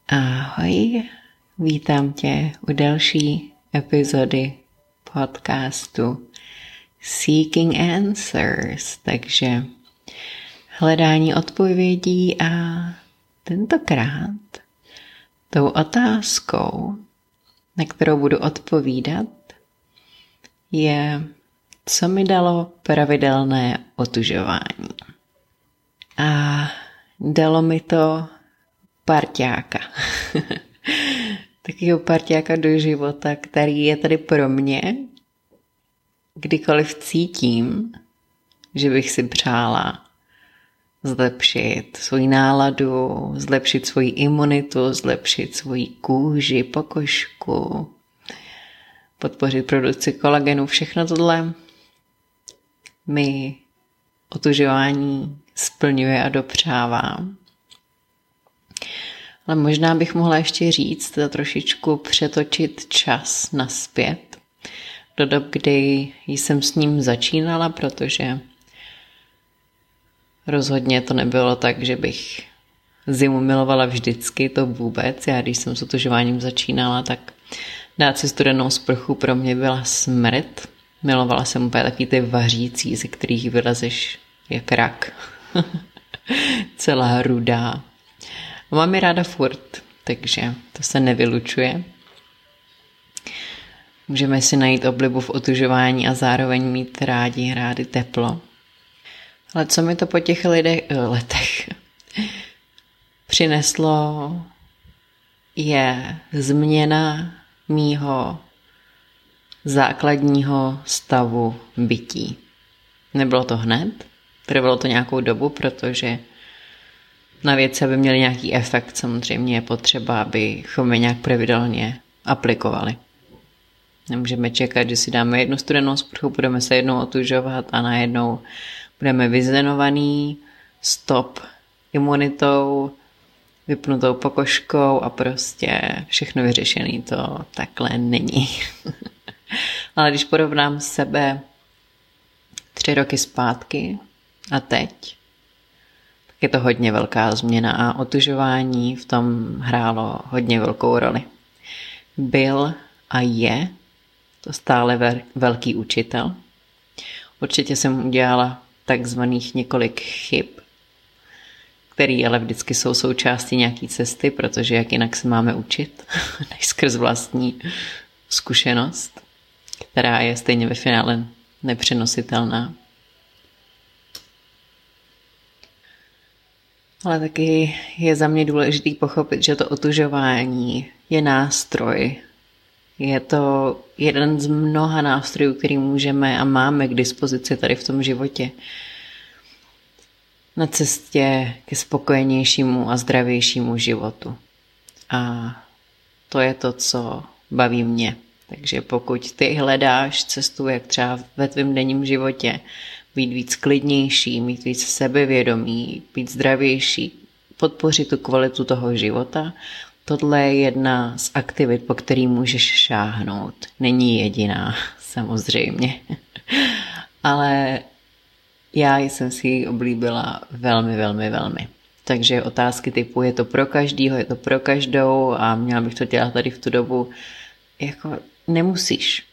Ahoj, vítám tě u další epizody podcastu Seeking Answers, takže hledání odpovědí a tentokrát tou otázkou, na kterou budu odpovídat, je, co mi dalo pravidelné otužování. A dalo mi to parťáka. Takového parťáka do života, který je tady pro mě, kdykoliv cítím, že bych si přála zlepšit svoji náladu, zlepšit svoji imunitu, zlepšit svoji kůži, pokožku, podpořit produkci kolagenu. Všechno tohle mi otužování splňuje a dopřává. Ale možná bych mohla ještě říct, trošičku přetočit čas nazpět do dob, kdy jsem s ním začínala, protože rozhodně to nebylo tak, že bych zimu milovala vždycky, to vůbec. Já když jsem s otužováním začínala, tak dát si studenou sprchu pro mě byla smrt. Milovala jsem úplně taky ty vařící, ze kterých vylezeš jak rak. Celá rudá. Mám je ráda furt, takže to se nevylučuje. Můžeme si najít oblibu v otužování a zároveň mít rádi teplo. Ale co mi to po těch letech přineslo, je změna mýho základního stavu bytí. Nebylo to hned, trvalo to nějakou dobu, protože na věci, aby měly nějaký efekt, samozřejmě je potřeba, abychom je nějak pravidelně aplikovali. Nemůžeme čekat, že si dáme jednu studenou sprchu, budeme se jednou otužovat a najednou budeme vyzenovaný, stop imunitou, vypnutou pokožkou a prostě všechno vyřešený. To takhle není. Ale když porovnám sebe 3 roky zpátky a teď, je to hodně velká změna a otužování v tom hrálo hodně velkou roli. Byl a je to stále velký učitel. Určitě jsem udělala takzvaných několik chyb, které ale vždycky jsou součástí nějaké cesty, protože jak jinak se máme učit, než skrz vlastní zkušenost, která je stejně ve finále nepřenositelná. Ale taky je za mě důležitý pochopit, že to otužování je nástroj. Je to jeden z mnoha nástrojů, který můžeme a máme k dispozici tady v tom životě. Na cestě ke spokojenějšímu a zdravějšímu životu. A to je to, co baví mě. Takže pokud ty hledáš cestu, jak třeba ve tvém denním životě, být víc klidnější, mít víc sebevědomí, být zdravější, podpořit tu kvalitu toho života, tohle je jedna z aktivit, po který můžeš šáhnout. Není jediná, samozřejmě. Ale já jsem si ji oblíbila velmi. Takže otázky typu je to pro každýho, je to pro každou a měla bych to dělat tady v tu dobu. Jako nemusíš.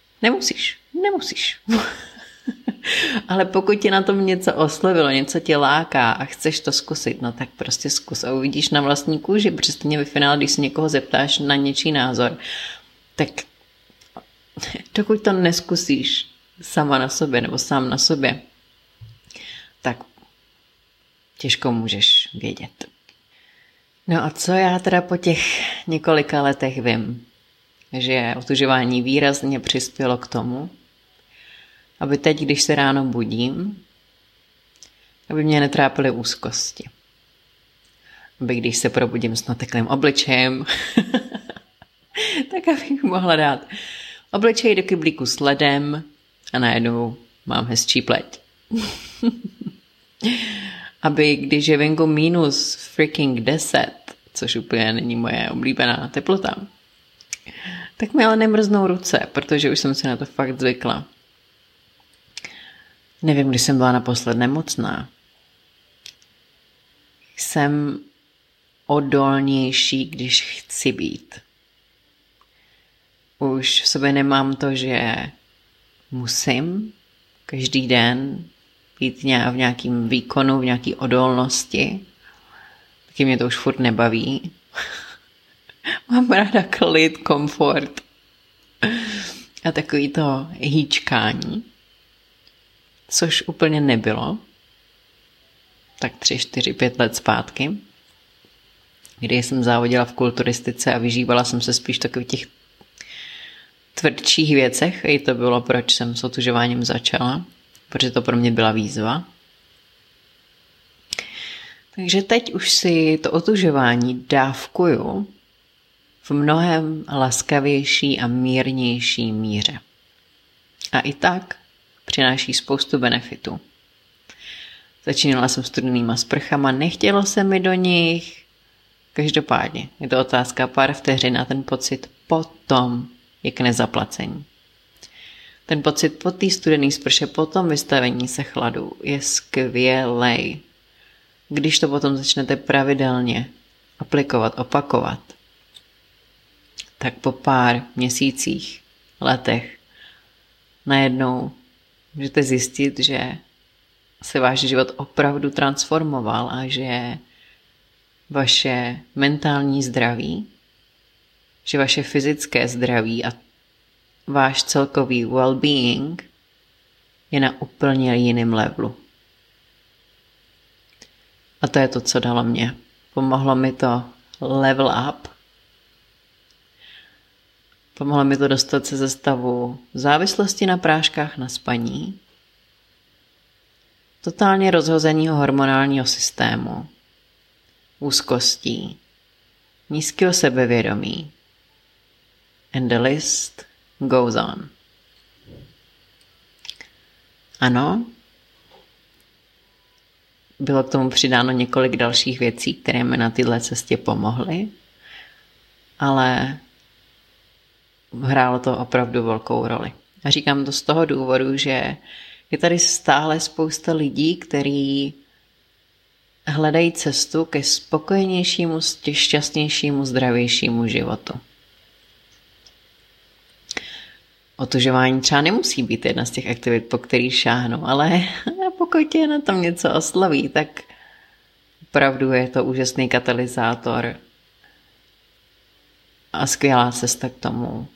Ale pokud tě na tom něco oslovilo, něco tě láká a chceš to zkusit, no tak prostě zkus a uvidíš na vlastní kůži, protože stejně ve finále, když se někoho zeptáš na něčí názor, tak dokud to neskusíš sama na sobě nebo sám na sobě, tak těžko můžeš vědět. No a co já teda po těch několika letech vím? Že otužování výrazně přispělo k tomu, aby teď, když se ráno budím, aby mě netrápily úzkosti. Aby když se probudím s nateklým obličejem, tak abych mohla dát obličej do kyblíku s ledem a najednou mám hezčí pleť. Aby když je venku minus freaking 10, což úplně není moje oblíbená teplota, tak mi ale nemrznou ruce, protože už jsem si na to fakt zvykla. Nevím, kdy jsem byla naposled nemocná. Jsem odolnější, když chci být. Už v sobě nemám to, že musím každý den být v nějakým výkonu, v nějaký odolnosti. Taky mě to už furt nebaví. Mám ráda klid, komfort a takový to hýčkání, což úplně nebylo. Tak 3, 4, 5 let zpátky, kdy jsem závodila v kulturistice a vyžívala jsem se spíš takových těch tvrdších věcech. I to bylo, proč jsem s otužováním začala, protože to pro mě byla výzva. Takže teď už si to otužování dávkuju v mnohem laskavější a mírnější míře. A i tak přináší spoustu benefitů. Začínala jsem studenýma sprchama, nechtělo se mi do nich. Každopádně je to otázka pár vteřin a ten pocit potom je k nezaplacení. Ten pocit po té studený sprše, po tom vystavení se chladu je skvělej. Když to potom začnete pravidelně aplikovat, opakovat, tak po pár měsících, letech najednou můžete zjistit, že se váš život opravdu transformoval a že vaše mentální zdraví, že vaše fyzické zdraví a váš celkový well-being je na úplně jiném levelu. A to je to, co dalo mě. Pomohlo mi to level up. Pomohlo mi to dostat se ze stavu závislosti na práškách na spaní, totálně rozhozeného hormonálního systému, úzkostí, nízkého sebevědomí. And the list goes on. Ano, bylo k tomu přidáno několik dalších věcí, které mi na této cestě pomohly, ale hrálo to opravdu velkou roli. A říkám to z toho důvodu, že je tady stále spousta lidí, kteří hledají cestu ke spokojenějšímu, šťastnějšímu, zdravějšímu životu. Otužování třeba nemusí být jedna z těch aktivit, po kterých šáhnu, ale pokud tě na tom něco osloví, tak opravdu je to úžasný katalyzátor a skvělá cesta k tomu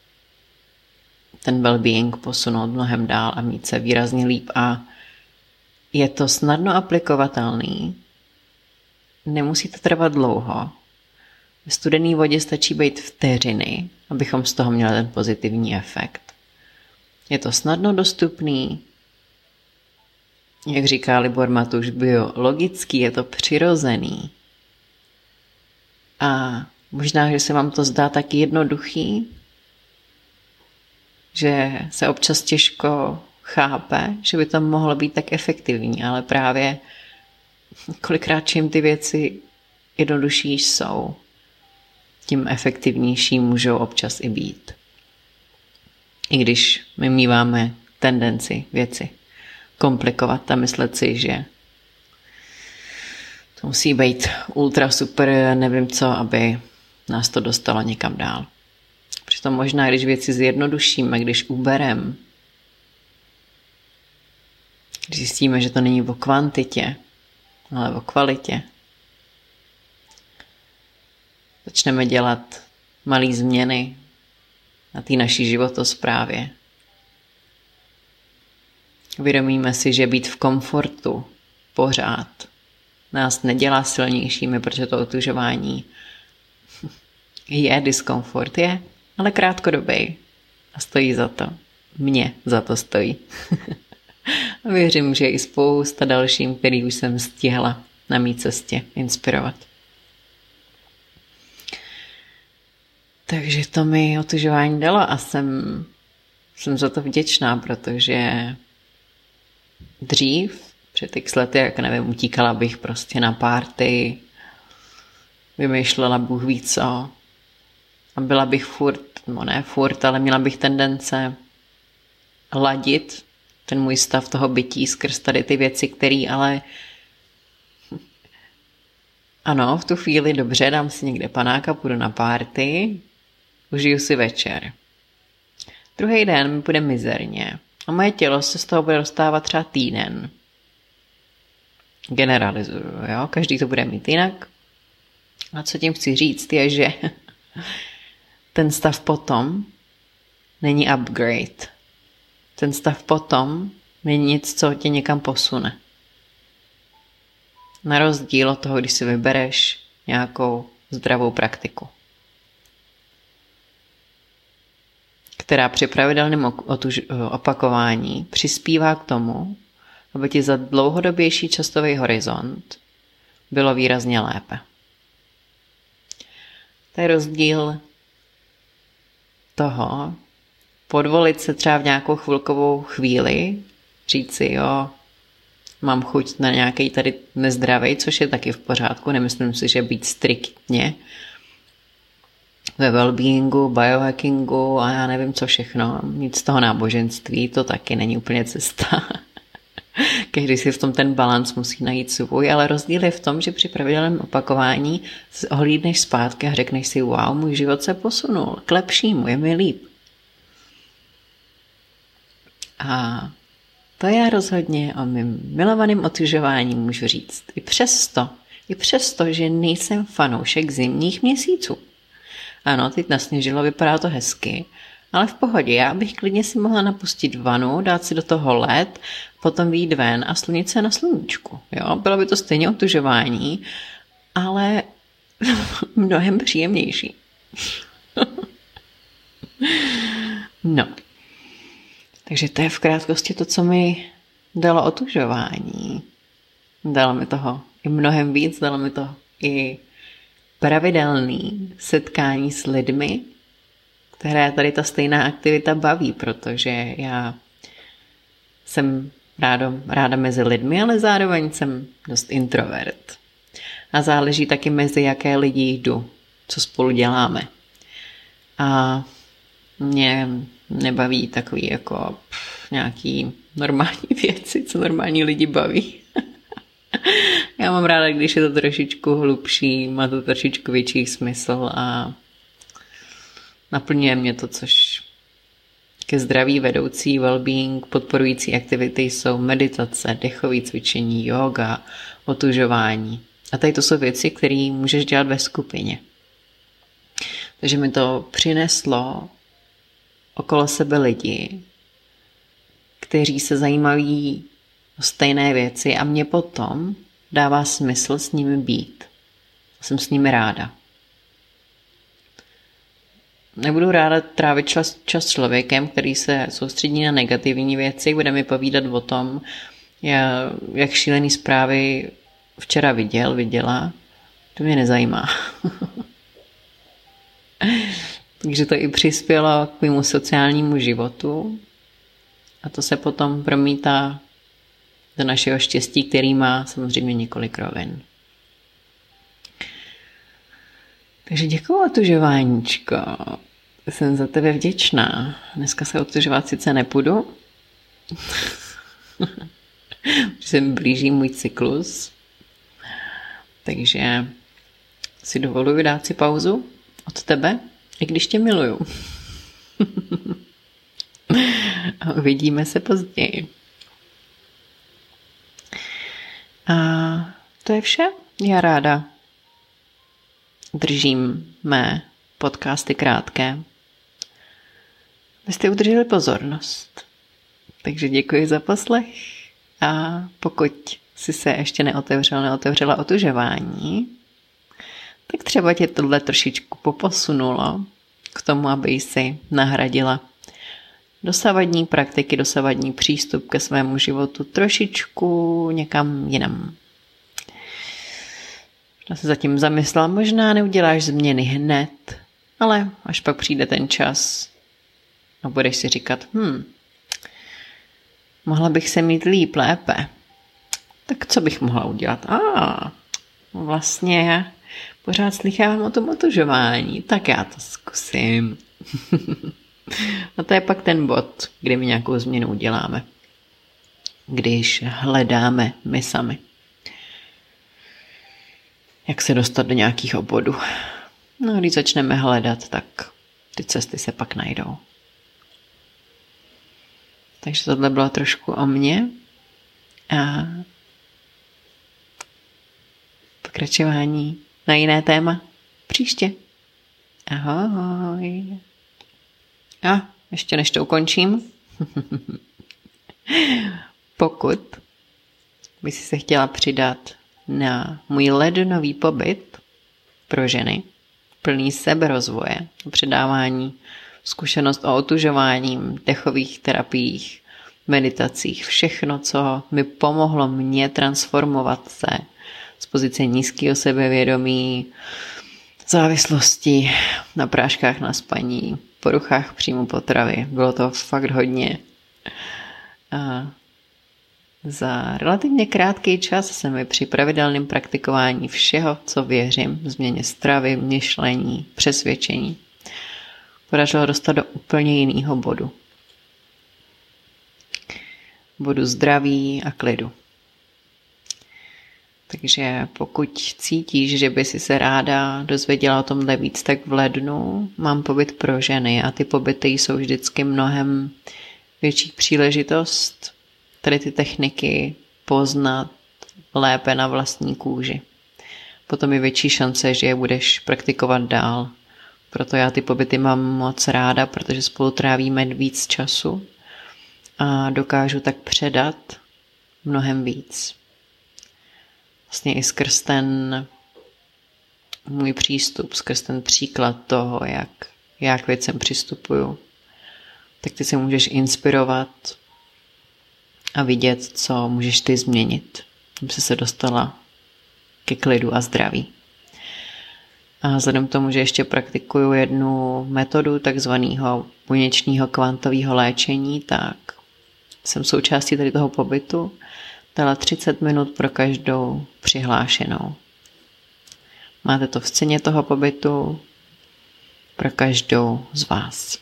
ten well-being posunout mnohem dál a mít se výrazně líp. A je to snadno aplikovatelný, nemusí to trvat dlouho. V studené vodě stačí být vteřiny, abychom z toho měli ten pozitivní efekt. Je to snadno dostupný, jak říká Libor Matuš, biologický, je to přirozený. A možná, že se vám to zdá tak jednoduchý, že se občas těžko chápe, že by to mohlo být tak efektivní, ale právě kolikrát čím ty věci jednodušší jsou, tím efektivnější můžou občas i být. I když my míváme tendenci věci komplikovat a myslet si, že to musí být ultra super, nevím co, aby nás to dostalo někam dál. Přitom možná, když věci zjednodušíme, když ubereme, když zjistíme, že to není o kvantitě, ale o kvalitě, začneme dělat malé změny na té naší životosprávě. Uvědomíme si, že být v komfortu pořád nás nedělá silnějšími, protože to otužování je diskomfort, ale krátkodobý a stojí za to. Mně za to stojí. A věřím, že i spousta dalším, který už jsem stihla na mý cestě inspirovat. Takže to mi otužování dalo a jsem za to vděčná, protože dřív, před x lety, jak nevím, utíkala bych prostě na party, vymýšlela Bůh ví co a byla bych ale měla bych tendence ladit ten můj stav toho bytí skrz tady ty věci, které ale Ano, v tu chvíli dobře, dám si někde panáka, půjdu na párty, užiju si večer. Druhý den mi bude mizerně a moje tělo se z toho bude dostávat třeba týden. Generalizuju, jo? Každý to bude mít jinak. A co tím chci říct je, že ten stav potom není upgrade. Ten stav potom není nic, co tě někam posune. Na rozdíl od toho, když si vybereš nějakou zdravou praktiku, která při pravidelném opakování přispívá k tomu, aby ti za dlouhodobější časový horizont bylo výrazně lépe. To je rozdíl toho, podvolit se třeba v nějakou chvilkovou chvíli, říct si, jo, mám chuť na nějaký tady nezdravý, což je taky v pořádku, nemyslím si, že být striktně ve wellbeingu, biohackingu a já nevím co všechno, nic z toho náboženství, to taky není úplně cesta. Každý si v tom ten balans musí najít svůj, ale rozdíl je v tom, že při pravidelném opakování se ohlídneš zpátky a řekneš si, wow, můj život se posunul k lepšímu, je mi líp. A to já rozhodně o mým milovaném otužování můžu říct. I přesto, že nejsem fanoušek zimních měsíců. Ano, teď nasněžilo, vypadá to hezky, ale v pohodě, já bych klidně si mohla napustit vanu, dát si do toho led, potom vyjít ven a slunit se na sluníčku. Jo? Bylo by to stejně otužování, ale mnohem příjemnější. No. Takže to je v krátkosti to, co mi dalo otužování. Dalo mi toho i mnohem víc, dalo mi to i pravidelný setkání s lidmi, které tady ta stejná aktivita baví, protože já jsem ráda mezi lidmi, ale zároveň jsem dost introvert. A záleží taky mezi jaké lidi jdu, co spolu děláme. A mě nebaví takový jako nějaký normální věci, co normální lidi baví. Já mám ráda, když je to trošičku hlubší, má to trošičku větší smysl a naplňuje mě to, což ke zdraví vedoucí, well-being, podporující aktivity jsou meditace, dechové cvičení, yoga, otužování. A tady to jsou věci, které můžeš dělat ve skupině. Takže mi to přineslo okolo sebe lidi, kteří se zajímaví o stejné věci a mě potom dává smysl s nimi být. Jsem s nimi ráda. Nebudu ráda trávit čas s člověkem, který se soustředí na negativní věci, bude mi povídat o tom, jak šílený zprávy včera viděla. To mě nezajímá. Takže to i přispělo k mému sociálnímu životu a to se potom promítá do našeho štěstí, který má samozřejmě několik rovin. Takže děkuju, otužováníčko. Jsem za tebe vděčná. Dneska se otužovat sice nepůjdu, protože se mi blíží můj cyklus, takže si dovoluji dát si pauzu od tebe, i když tě miluju. A uvidíme se později. A to je vše. Já ráda držím mé podcasty krátké, abyste udrželi pozornost. Takže děkuji za poslech a pokud si se ještě neotevřela otužování, tak třeba tě tohle trošičku poposunulo k tomu, aby si nahradila dosavadní praktiky, dosavadní přístup ke svému životu trošičku někam jinam. Já se zatím zamyslela, možná neuděláš změny hned, ale až pak přijde ten čas a budeš si říkat, mohla bych se mít líp, lépe. Tak co bych mohla udělat? Vlastně pořád slychávám o tom otužování, tak já to zkusím. A to je pak ten bod, kde my nějakou změnu uděláme. Když hledáme my sami. jak se dostat do nějakých obvodů. No, když začneme hledat, tak ty cesty se pak najdou. Takže tohle bylo trošku o mně a pokračování na jiné téma příště. Ahoj. A ještě než to ukončím, pokud by si se chtěla přidat na můj lednový pobyt pro ženy, plný seberozvoje, předávání zkušenost o otužování, dechových terapiích, meditacích, všechno, co mi pomohlo mě transformovat se z pozice nízkého sebevědomí, závislosti na práškách na spaní, poruchách příjmu potravy. Bylo to fakt hodně. A za relativně krátký čas se mi při pravidelném praktikování všeho, co věřím, změně stravy, myšlení, přesvědčení, podařilo dostat do úplně jiného bodu. Bodu zdraví a klidu. Takže pokud cítíš, že by si se ráda dozvěděla o tomhle víc, tak v lednu mám pobyt pro ženy a ty pobyty jsou vždycky mnohem větší příležitost tady ty techniky poznat lépe na vlastní kůži. Potom je větší šance, že je budeš praktikovat dál. Proto já ty pobyty mám moc ráda, protože spolu trávíme víc času a dokážu tak předat mnohem víc. Vlastně i skrz ten můj přístup, skrz ten příklad toho, jak já k věcem přistupuju, tak ty se můžeš inspirovat a vidět, co můžeš ty změnit, aby se dostala ke klidu a zdraví. A vzhledem k tomu, že ještě praktikuju jednu metodu takzvaného buněčního kvantového léčení, tak jsem součástí tady toho pobytu dala 30 minut pro každou přihlášenou. Máte to v ceně toho pobytu pro každou z vás.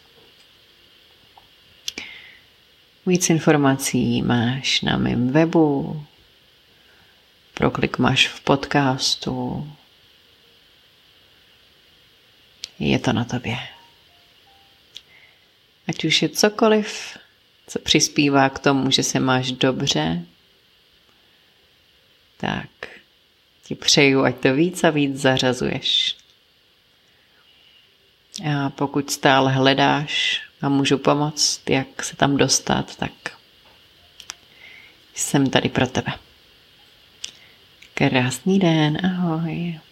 Víc informací máš na mém webu, proklik máš v podcastu. Je to na tobě. Ať už je cokoliv, co přispívá k tomu, že se máš dobře, tak ti přeju, ať to víc a víc zařazuješ. A pokud stále hledáš a můžu pomoct, jak se tam dostat, tak jsem tady pro tebe. Krásný den, ahoj.